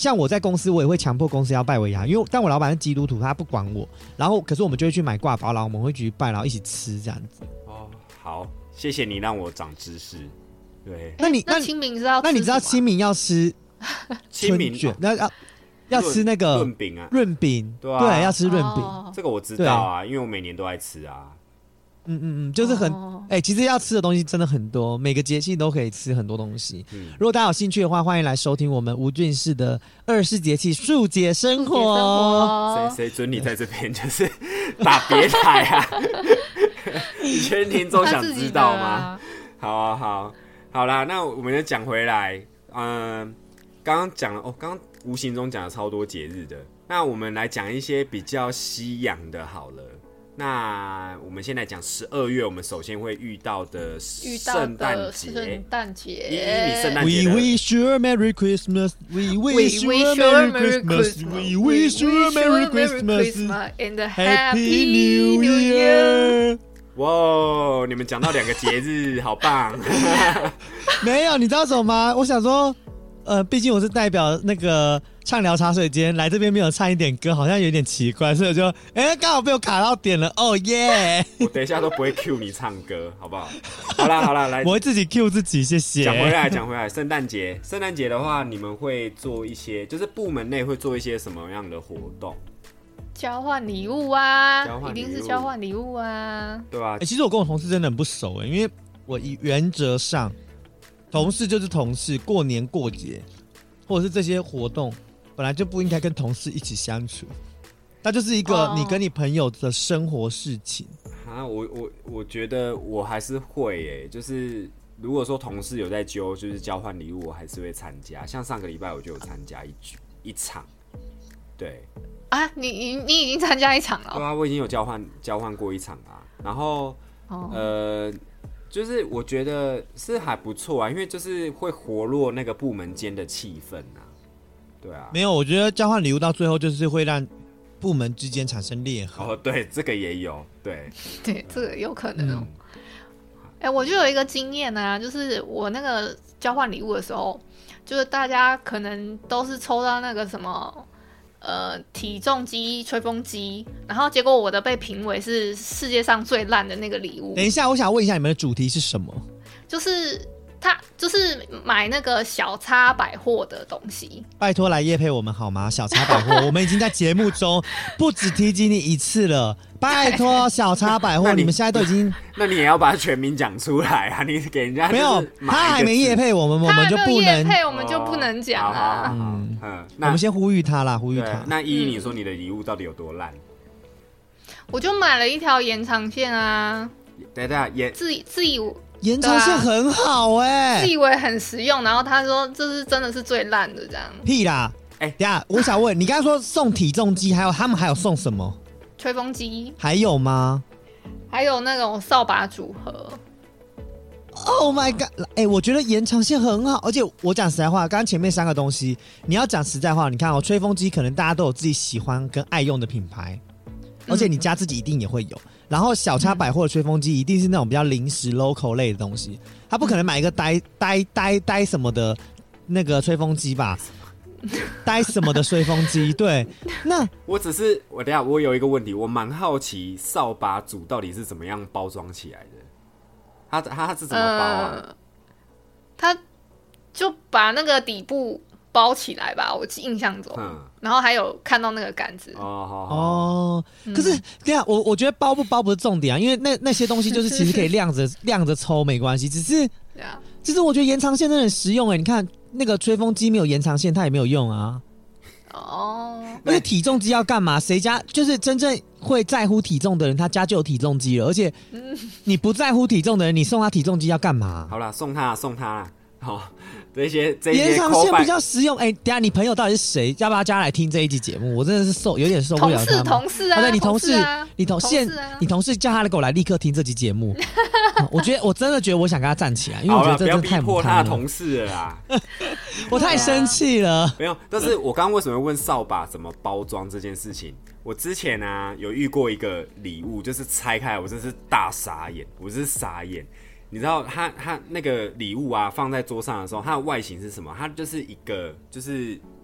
像我在公司，我也会强迫公司要拜尾牙，因为但我老板是基督徒，他不管我。然后可是我们就会去买挂包，然后我们会去拜，然后一起吃这样子。 哦，好，谢谢你让我长知识。对， 那清明是要吃那你知道什么清明要吃清明春卷，要吃那个润饼啊， 润饼， 对啊对，要吃润饼。 哦这个我知道啊，因为我每年都爱吃啊。 就是很哦其实要吃的东西真的很多，每个节气都可以吃很多东西。如果大家有兴趣的话，欢迎来收听我们吴俊士的24节气数节生活。 谁准你在这边就是打别台啊？你确定听众想知道吗？好啦，那我们就讲回来，刚刚讲了刚刚无形中讲了超多节日的，那我们来讲一些比较西洋的好了。那我们先来讲12月，我们首先会遇到的圣诞节。你圣诞节 We wish you a Merry Christmas. We wish you a Merry Christmas. We wish you a Merry Christmas and a Happy New Year. 哇，你们讲到2个节日，好棒！ 没有，你知道什么吗？我想说，毕竟我是代表那个畅聊茶水间来这边，没有唱一点歌，好像有点奇怪，所以我就刚好被我卡到点了，哦耶！ 我等一下都不会 cue 你唱歌，好不好？好啦，来， 我会自己 cue 自己，谢谢。 讲回来，圣诞节的话，你们会做一些，就是部门内会做一些什么样的活动？ 交换礼物啊，一定是交换礼物啊， 对吧？ 其实我跟我同事真的很不熟因为我原则上同事就是同事，过年过节或者是这些活动本来就不应该跟同事一起相处，那就是一个你跟你朋友的生活事情啊。我觉得我还是会就是如果说同事有在就是交换礼物，我还是会参加。像上个礼拜我就有参加一场，对啊，你已经参加一场了？ 对啊，我已经有交换过一场啊。然后就是我觉得是还不错啊，因为就是会活络那个部门间的气氛啊。对啊， 没有，我觉得交换礼物到最后就是会让部门之间产生裂痕。 对，这个也有，对， 这个有可能我就有一个经验啊，就是我那个交换礼物的时候，就是大家可能都是抽到那个什么体重机、吹风机，然后结果我的被评为是世界上最烂的那个礼物。 等一下，我想问一下你们的主题是什么？ 就是买那个小叉百货的东西。 拜托来业配我们好吗？小叉百货，我们已经在节目中不止提及你一次了。拜托小叉百货，你们现在都已经， 那你也要把全名讲出来啊！你给人家没有，他还没业配我们，我们就不能业配，我们就不能讲啊。 我们先呼吁他啦，呼吁他。 那依你说你的礼物到底有多烂？我就买了一条延长线啊。 等一下， 自以延长线很好自以为很实用，然后他说这是真的是最烂的这样。 屁啦！等一下，我想问你，刚才说送体重机，他们还有送什么？ 吹风机。还有吗？ 还有那种扫把组合。 Oh my god！ 我觉得延长线很好，而且我讲实在话，刚刚前面3个东西，你要讲实在话，你看吹风机可能大家都有自己喜欢跟爱用的品牌，而且你家自己一定也会有。然后小叉百货的吹风机一定是那种比较临时 local 类的东西，他不可能买一个呆什么的那个吹风机吧？呆什么的吹风机？对，那等一下，我有一个问题，我蛮好奇扫把组到底是怎么样包装起来的？他是怎么包啊？ 他就把那个底部包起来吧，我印象中，然后还有看到那个杆子。 可是这样，我觉得包不包不是重点啊，因为那些东西就是其实可以晾着抽没关系，只是我觉得延长线真的很实用你看那个吹风机没有延长线，它也没有用啊。那个体重机要干嘛？谁家就是真正会在乎体重的人，他家就有体重机了，而且你不在乎体重的人，你送他体重机要干嘛？ 好啦，送他好。这些延长线比较实用。等一下你朋友到底是谁？要不要加来听这一集节目？我真的是有点受不了他。 同事啊， 对，你同事叫他给我来立刻听这集节目。我真的觉得我想跟他站起来，因为我觉得这真的太不要逼迫他的同事了啦。 我太生气了。 没有，但是我刚刚为什么问扫把怎么包装这件事情？我之前有遇过一个礼物，就是拆开来我真是大傻眼，你知道他那个礼物放在桌上的时候，它的外形是什么？它就是一个就是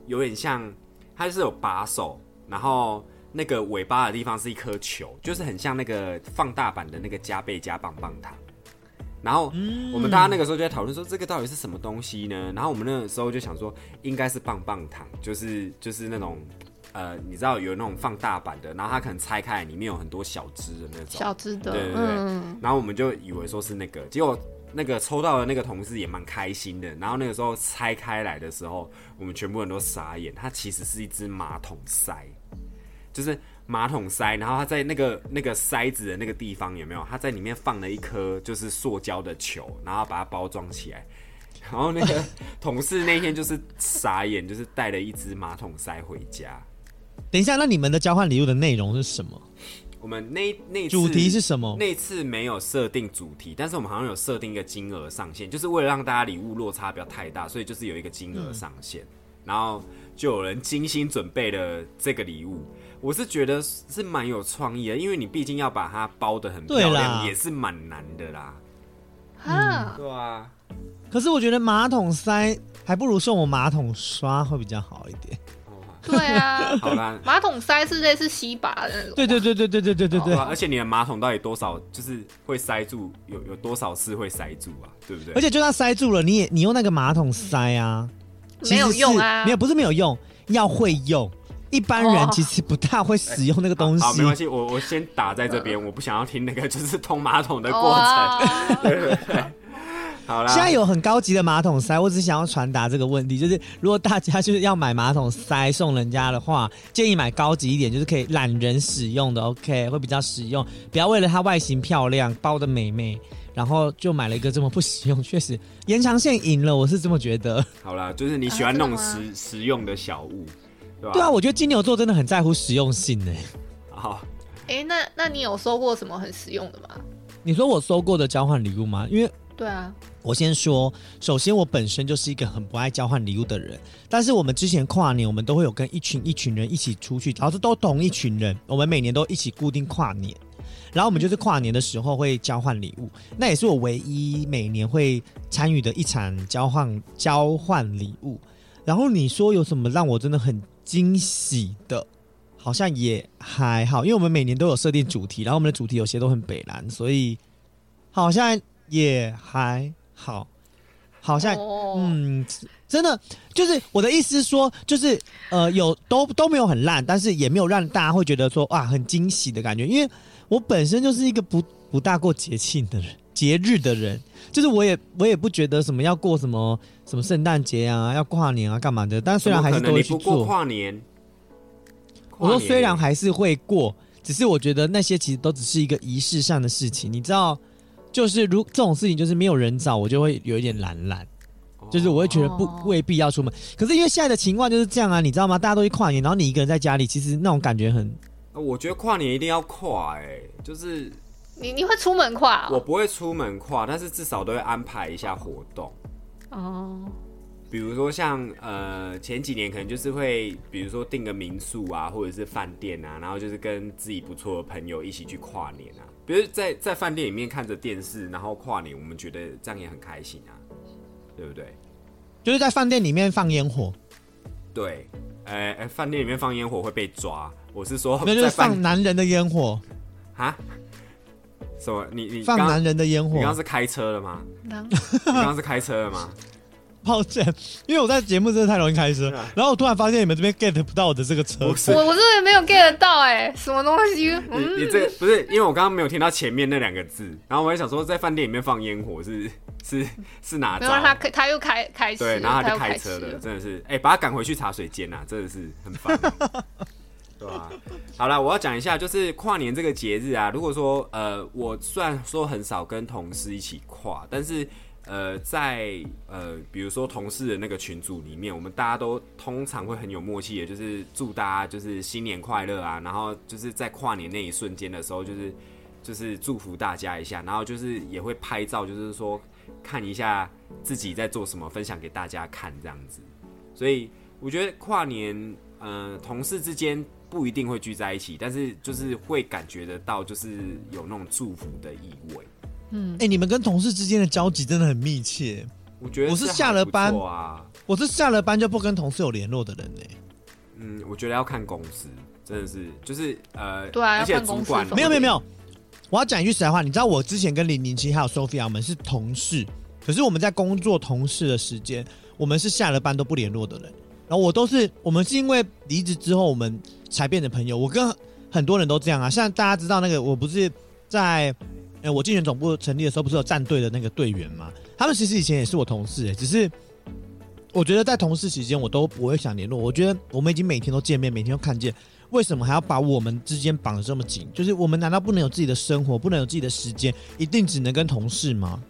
有点像，它就是有把手，然后那个尾巴的地方是一颗球，就是很像那个放大版的那个加倍加棒棒糖。然后我们大家那个时候就在讨论说，这个到底是什么东西呢？然后我们那个时候就想说，应该是棒棒糖，就是那种你知道有那种放大版的，然后它可能拆开来里面有很多小只的那种小只的， 对对对。然后我们就以为说是那个，结果那个抽到的那个同事也蛮开心的。然后那个时候拆开来的时候，我们全部人都傻眼，它其实是一只马桶塞，就是马桶塞，然后它在那个塞子的那个地方有没有？它在里面放了一颗就是塑胶的球，然后把它包装起来。然后那个同事那天就是傻眼，就是带了一只马桶塞回家。 等一下，那你们的交换礼物的内容是什么？ 我们那次主题是什么？ 那次没有设定主题，但是我们好像有设定一个金额上限，就是为了让大家礼物落差不要太大，所以就是有一个金额上限。然后就有人精心准备了这个礼物。我是觉得是蛮有创意的，因为你毕竟要把它包得很漂亮，也是蛮难的啦。对啊。 可是我觉得马桶塞还不如送我马桶刷会比较好一点。 对啊， 好啦， 马桶塞是类似吸把的那种。 对， 而且你的马桶到底多少，就是会塞住，有多少次会塞住啊？对不对？ 而且就算塞住了，你用那个马桶塞啊， 没有用啊， 不是没有用，要会用。一般人其实不大会使用那个东西。 好，没关系，我先打在这边，我不想要听那个就是通马桶的过程。对。好啦， 现在有很高级的马桶塞，我只想要传达这个问题，就是如果大家就是要买马桶塞送人家的话，建议买高级一点，就是可以懒人使用的 ，OK， 会比较实用。不要为了它外形漂亮、包的美美，然后就买了一个这么不实用，确实延长线赢了，我是这么觉得。 好啦，就是你喜欢那种实用的小物，对吧？ 对啊，我觉得金牛座真的很在乎实用性呢。 好， 那你有收过什么很实用的吗？ 你说我收过的交换礼物吗？因为对啊， 我先说，首先我本身就是一个很不爱交换礼物的人，但是我们之前跨年，我们都会有跟一群人一起出去，然后是都同一群人，我们每年都一起固定跨年，然后我们就是跨年的时候会交换礼物，那也是我唯一每年会参与的一场交换礼物。然后你说有什么让我真的很惊喜的？好像也还好，因为我们每年都有设定主题，然后我们的主题有些都很北蓝，所以好像也还好，好像真的就是我的意思是说，就是有都没有很烂，但是也没有让大家会觉得说哇很惊喜的感觉，因为我本身就是一个不大过节日的人，就是我也不觉得什么要过什么圣诞节啊，要跨年啊干嘛的，但虽然还是都会去做。 你不过跨年， 我说虽然还是会过，只是我觉得那些其实都只是一个仪式上的事情，你知道。就是这种事情，就是没有人找我就会有一点懒，就是我会觉得未必要出门。可是因为现在的情况就是这样啊，你知道吗？大家都去跨年，然后你一个人在家里，其实那种感觉很…… 我觉得跨年一定要跨就是你会出门跨我不会出门跨，但是至少都会安排一下活动比如说像前几年可能就是会，比如说订个民宿啊，或者是饭店啊，然后就是跟自己不错的朋友一起去跨年啊。比如在饭店里面看着电视，然后跨年，我们觉得这样也很开心啊，对不对？ 就是在饭店里面放烟火。 对，饭店里面放烟火会被抓。我是说， 那就是放男人的烟火啊？什么？你放男人的烟火？ 你刚刚是开车了吗？你刚刚是开车了吗？ 抱歉，因为我在节目真的太容易开车，然后我突然发现你们这边 get 不到我的这个车， 我真的没有 get 到什么东西？ 你这个不是因为我刚刚没有听到前面那2个字，然后我也想说在饭店里面放烟火是哪招？ 没有他又开车， 对，然后他就开车了，真的是把他赶回去茶水间啊，真的是很烦。对吧？好了，我要讲一下，就是跨年这个节日啊。如果说我虽然说很少跟同事一起跨，但是在比如说同事的那个群组里面，我们大家都通常会很有默契的，就是祝大家就是新年快乐啊，然后就是在跨年那一瞬间的时候，就是祝福大家一下，然后就是也会拍照，就是说看一下自己在做什么，分享给大家看这样子。所以我觉得跨年同事之间不一定会聚在一起，但是就是会感觉得到，就是有那种祝福的意味。 你们跟同事之间的交集真的很密切。 我觉得我是下了班我是下了班就不跟同事有联络的人呢。 我觉得要看公司，真的是就是对啊， 而且主管没有，我要讲一句实在话，你知道我之前跟007还有 Sophia 我们是同事，可是我们在工作同事的时间，我们是下了班都不联络的人。然后我们是因为离职之后我们才变成朋友。我跟很多人都这样啊，像大家知道那个我不是在我竞选总部成立的时候不是有战队的那个队员吗？他们其实以前也是我同事只是我觉得在同事期间我都不会想联络。我觉得我们已经每天都见面，每天都看见，为什么还要把我们之间绑得这么紧？就是我们难道不能有自己的生活，不能有自己的时间，一定只能跟同事吗？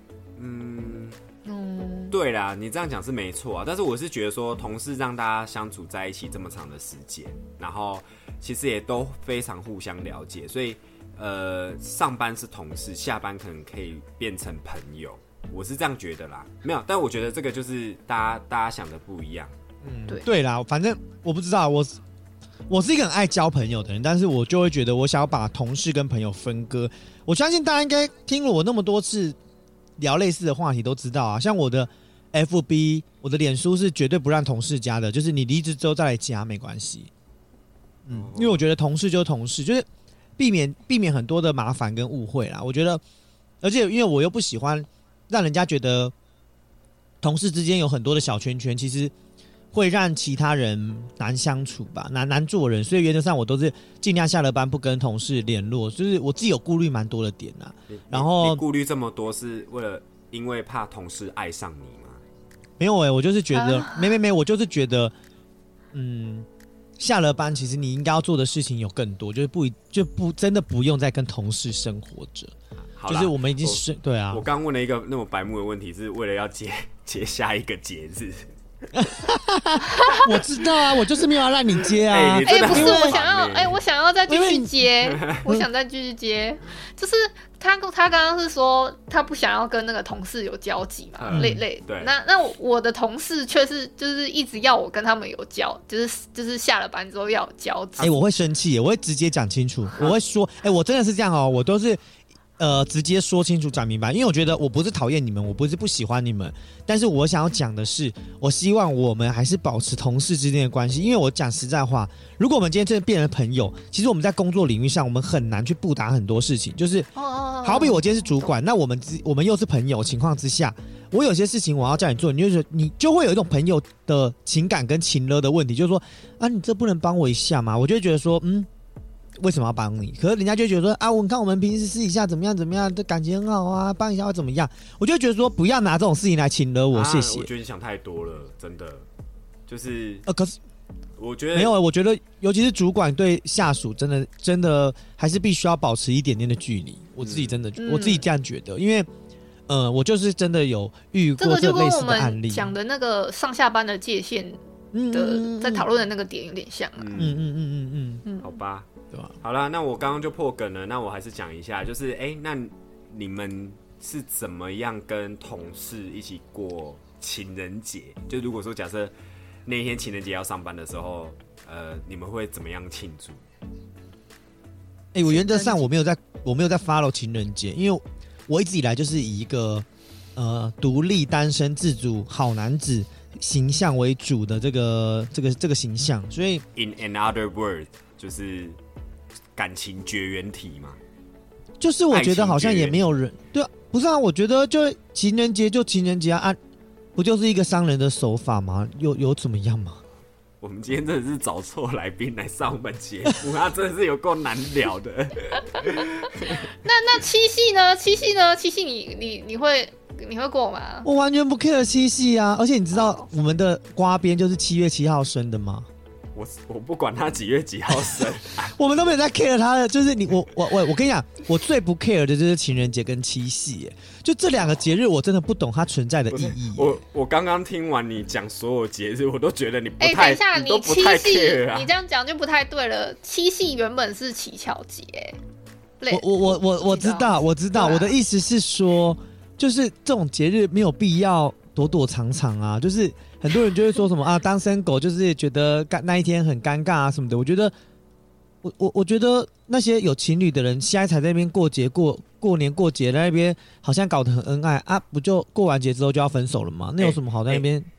对啦，你这样讲是没错啊，但是我是觉得说，同事让大家相处在一起这么长的时间，然后其实也都非常互相了解，所以上班是同事，下班可能可以变成朋友，我是这样觉得啦。没有，但我觉得这个就是大家想的不一样。 对啦，反正我不知道，我是一个很爱交朋友的人，但是我就会觉得我想要把同事跟朋友分割。我相信大家应该听了我那么多次聊类似的话题都知道啊，像我的 FB 我的脸书是绝对不让同事加的，就是你离职之后再来加没关系。因为我觉得同事就是同事，就是避免很多的麻烦跟误会啦。我觉得，而且因为我又不喜欢让人家觉得同事之间有很多的小圈圈，其实会让其他人难相处吧，难做人，所以原则上我都是尽量下了班不跟同事联络，就是我自己有顾虑蛮多的点啦。然后你顾虑这么多是因为怕同事爱上你吗？ 没有我就是觉得没，我就是觉得，下了班其实你应该要做的事情有更多，就是不真的不用再跟同事生活着。就是我们已经对啊。 我刚问了一个那么白目的问题，是为了要接下一个节日。 我知道啊，我就是没有要让你接啊。 不是，我想要再继续接，我想再继续接。就是他刚刚是说他不想要跟那个同事有交集嘛，累。 对。 那我的同事却是就是一直要我跟他们有就是下了班之后要有交集。 我会生气，我会直接讲清楚，我会说，我真的是这样我都是。直接说清楚讲明白，因为我觉得我不是讨厌你们，我不是不喜欢你们，但是我想要讲的是，我希望我们还是保持同事之间的关系。因为我讲实在话，如果我们今天真的变成朋友，其实我们在工作领域上我们很难去布达很多事情。就是好比我今天是主管，那我们又是朋友情况之下，我有些事情我要叫你做，你就会有一种朋友的情感跟情勒的问题，就是说啊，你这不能帮我一下吗？我就会觉得说为什么要帮你？可是人家就觉得说啊，你看我们平时私底下怎么样，这感情很好啊，帮一下会怎么样？我就觉得说不要拿这种事情来请了我，谢谢。 我觉得你想太多了，真的。就是可是我觉得没有，我觉得尤其是主管对下属真的还是必须要保持一点点的距离。我自己真的，我自己这样觉得，因为我就是真的有遇过这类似的案例。 讲的那个上下班的界限的，在讨论的那个点有点像啊。 好吧。 对吧？ 好啦，那我刚刚就破梗了，那我还是讲一下，就是那你们是怎么样跟同事一起过情人节？就如果说假设那天情人节要上班的时候，你们会怎么样庆祝？ 我原则上我没有在 follow 情人节，因为我一直以来就是以一个独立单身自主好男子形象为主的这个形象，所以 in another word 就是感情绝缘体嘛。 就是我觉得好像也没有人对啊，不是啊，我觉得就情人节就情人节啊，不就是一个商人的手法吗？有怎么样吗？ 我们今天真的是找错来宾来上我们节目，他真的是有够难聊的。 那七夕呢？七夕你会过吗？ 我完全不 care 七夕啊！而且你知道我们的瓜边就是7月7号生的吗？ 我不管他几月几号生， 我们都没有在 care 他的，就是我跟你讲，我最不 care 的就是情人节跟七夕耶，就这两个节日我真的不懂它存在的意义。 我刚刚听完你讲所有节日，我都觉得你不等太， 一下， 你都不太 care 啊。 你这样讲就不太对了。七夕原本是乞巧节， 我知道，我的意思是说，就是这种节日没有必要躲躲藏藏啊，就是很多人就会说什么啊，单身狗就是觉得那一天很尴尬啊什么的。我觉得，我觉得那些有情侣的人，现在才在那边过节过年过节，在那边好像搞得很恩爱啊，不就过完节之后就要分手了吗？那有什么好在那边？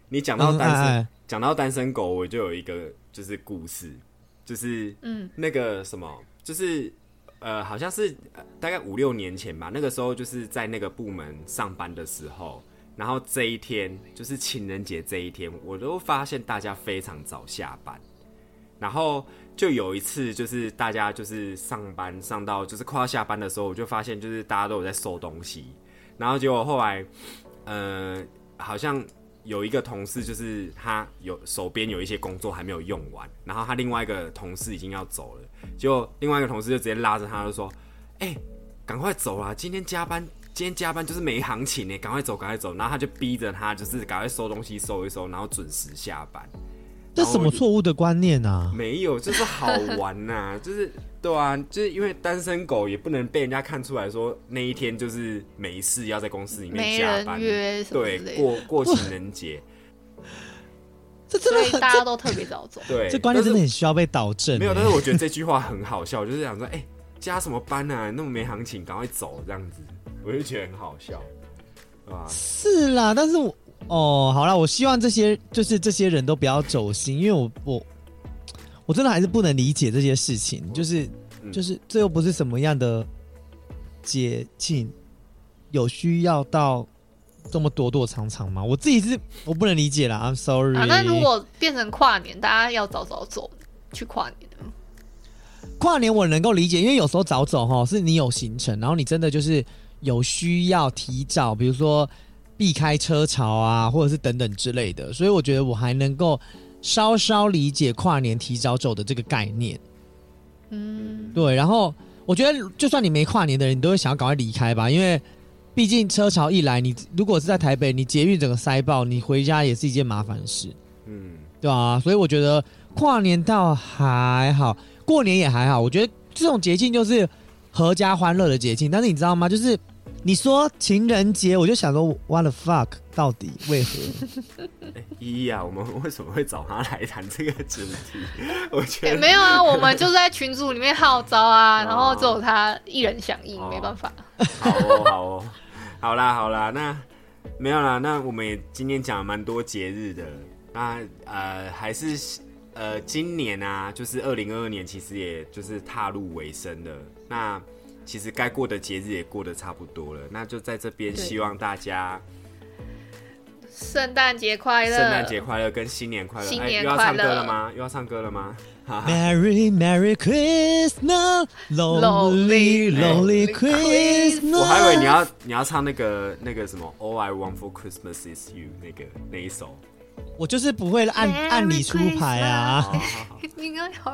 你讲到单身狗，我就有一个就是故事，就是那个什么，就是好像是大概5-6年前吧，那个时候就是在那个部门上班的时候，然后这一天就是情人节这一天，我都发现大家非常早下班，然后就有一次就是大家就是上班上到就是快要下班的时候，我就发现就是大家都有在收东西，然后结果后来好像有一个同事就是他手边有一些工作还没有用完，然后他另外一个同事已经要走了，结果另外一个同事就直接拉着他就说：“赶快走啦！今天加班就是没行情呢，赶快走，赶快走！”然后他就逼着他就是赶快收东西收一收，然后准时下班。 这什么错误的观念啊？ 没有，就是好玩呐、就是对啊，就是因为单身狗也不能被人家看出来说那一天就是没事要在公司里面加班， 没人约什么之类的， 对，过情人节， 这真的很所以大家都特别早走。 对， 这观念真的很需要被导正。 没有，但是我觉得这句话很好笑，就是想说，加什么班啊，那么没行情，赶快走这样子，我就觉得很好笑，对吧？ 是啦，但是好啦，我希望这些人都不要走心，因为我真的还是不能理解这些事情，就是这又不是什么样的节庆，有需要到这么躲躲藏藏吗？我自己我不能理解啦 ，I'm sorry。 那如果变成跨年，大家要早早走去跨年的吗？ 跨年我能够理解，因为有时候早走是你有行程，然后你真的就是有需要提早，比如说避开车潮啊，或者是等等之类的，所以我觉得我还能够稍稍理解跨年提早走的这个概念。对。然后我觉得，就算你没跨年的人，你都会想要赶快离开吧，因为毕竟车潮一来，你如果是在台北，你捷运整个塞爆，你回家也是一件麻烦事。对啊，所以我觉得跨年倒还好，过年也还好。我觉得这种节庆就是合家欢乐的节庆，但是你知道吗？就是你说情人节，我就想说 ，what the fuck， 到底为何？ 依依啊，我们为什么会找他来谈这个主题？我觉得没有啊，我们就是在群组里面号召啊，然后只有他一人响应，没办法。 好哦，好啦，那没有啦，那我们也今天讲了蛮多节日的，那还是今年啊，就是2022年，其实也就是踏入尾声了，那。其实该过的节日也过得差不多了，那就在这边希望大家圣诞节快乐， 圣诞节快乐跟新年快乐。 新年又要唱快乐歌了吗？又要唱歌了吗 ？Merry Merry Christmas, Lonely Lonely Christmas。 我还以为你要唱那个什么 All I Want for Christmas Is You 那一首。 我就是不会按理出牌啊。 应该好。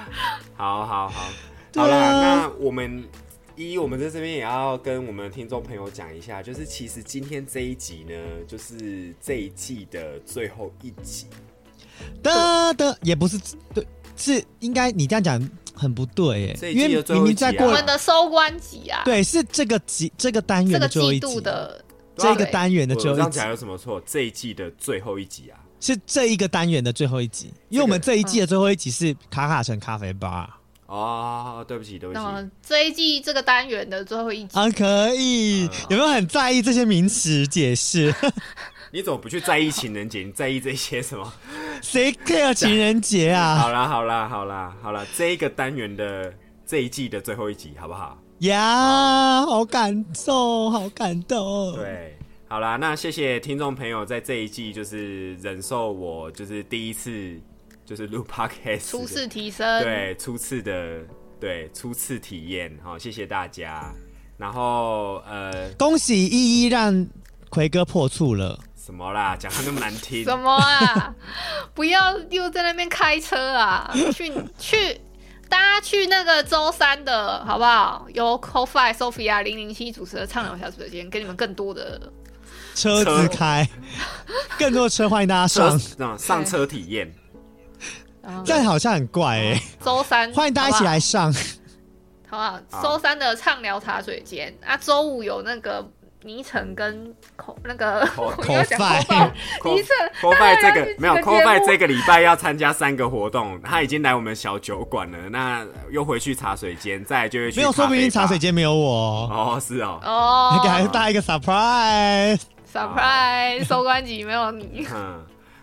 好啦，那我们在这边也要跟我们的听众朋友讲一下，就是其实今天这一集呢，就是这一季的最后一集。 也不是对，是应该你这样讲很不对耶， 这一季的最后一集啊， 因为明明在我们的收官集啊， 对，是这个单元的最后一集， 这个季度的这个单元的最后一集。 我这样讲有什么错？这一季的最后一集啊， 是这一个单元的最后一集，因为我们这一季的最后一集是卡卡城咖啡吧。 对不起。 这一季这个单元的最后一集可以，有没有很在意这些名词解释？ 你怎么不去在意情人节？你在意这些什么？ 谁 care 情人节啊？ 好啦，这一个单元的这一季的最后一集，好不好？ 呀，好感动，好感动。 对，好啦，那谢谢听众朋友在这一季就是忍受我就是第一次。就是录 podcast 初次提升， 对初次体验，好，谢谢大家。然后恭喜依依让奎哥破处了。 什么啦？讲他那么难听。 什么啊？不要又在那边开车啊！去，大家去那个周3的好不好？由 Ko-Fi Sophia 007主持的畅聊小时间，给你们更多的车子开，更多的车，欢迎大家上车体验。 这样好像很怪周3 欢迎大家一起来上， 好不好？周3的畅聊茶水间啊，周5有那个倪晨跟那个 Ko-Fi 倪晨 Ko-Fi 这个没有 Ko-Fi 这个礼拜要参加3个活动，他已经来我们小酒馆了，那又回去茶水间，再来就会去没有，说不定茶水间没有我是哦， 给大家一个 surprise， 收官集没有你。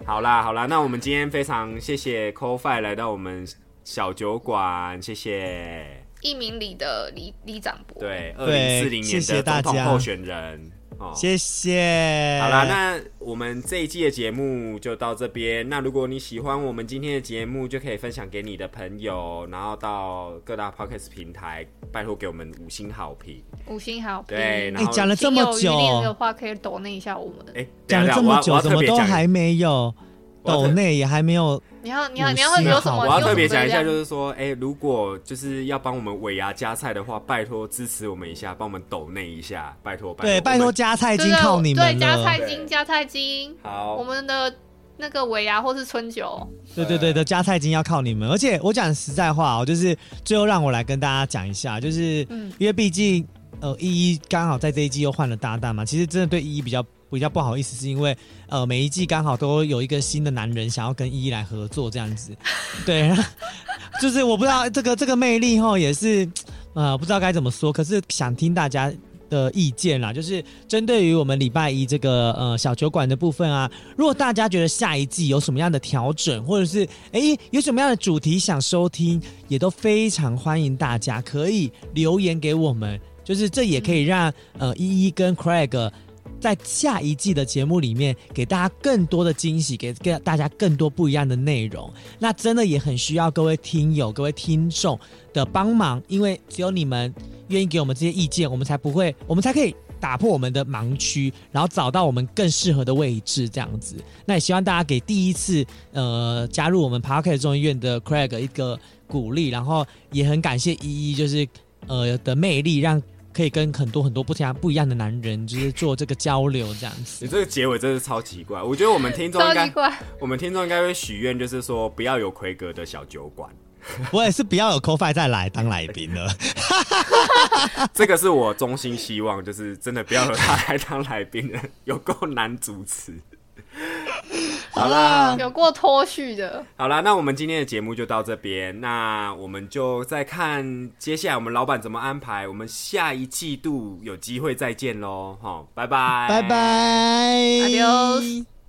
好啦，那我们今天非常谢谢 Ko-Fi 来到我们小酒馆，谢谢一鸣里的李长博， 对，2040年的总统候选人。 谢谢。 好啦，那我们这一季的节目就到这边。那如果你喜欢我们今天的节目，就可以分享给你的朋友，然后到各大 Podcast 平台，拜托给我们5星好评。 5星好评。 对，然后讲了这么久， 有余力的话可以抖内一下我们。 讲了这么久，怎么都还没有抖内，也还没有。 你要有什么？ 我要特别讲一下，就是说，如果就是要帮我们尾牙加菜的话，拜托支持我们一下，帮我们抖内一下，拜托。 对，拜托加菜金靠你们了。 对，加菜金。 好， 我们的那个尾牙或是春酒。 对的，加菜金要靠你们。而且我讲实在话就是最后让我来跟大家讲一下，就是因为毕竟依依刚好在这一季又换了搭档嘛，其实真的对依依比较不好意思，是因为每一季刚好都有一个新的男人想要跟依依来合作这样子，对，就是我不知道这个魅力也是不知道该怎么说，可是想听大家的意见啦，就是针对于我们礼拜一这个小酒馆的部分啊，如果大家觉得下一季有什么样的调整，或者是有什么样的主题想收听，也都非常欢迎大家可以留言给我们，就是这也可以让依依跟 Craig在下一季的节目里面给大家更多的惊喜，给大家更多不一样的内容。那真的也很需要各位听友、各位听众的帮忙，因为只有你们愿意给我们这些意见，我们才可以打破我们的盲区，然后找到我们更适合的位置这样子。那也希望大家给第一次加入我们 Podcast 众议院的 Craig 一个鼓励，然后也很感谢依依就是的魅力，让可以跟很多不一样的男人就是做这个交流这样子。 你这个结尾真是超奇怪，我觉得我们听众应该会许愿，就是说不要有奎格的小酒馆。 我也是不要有 Ko-Fi 再来当来宾了。 这个是我衷心希望，就是真的不要有他来当来宾了，有够难主持。好啦， 有过脱序的。 好啦，那我们今天的节目就到这边，那我们就再看接下来我们老板怎么安排，我们下一季度有机会再见咯，拜拜， 拜拜 ，Adios。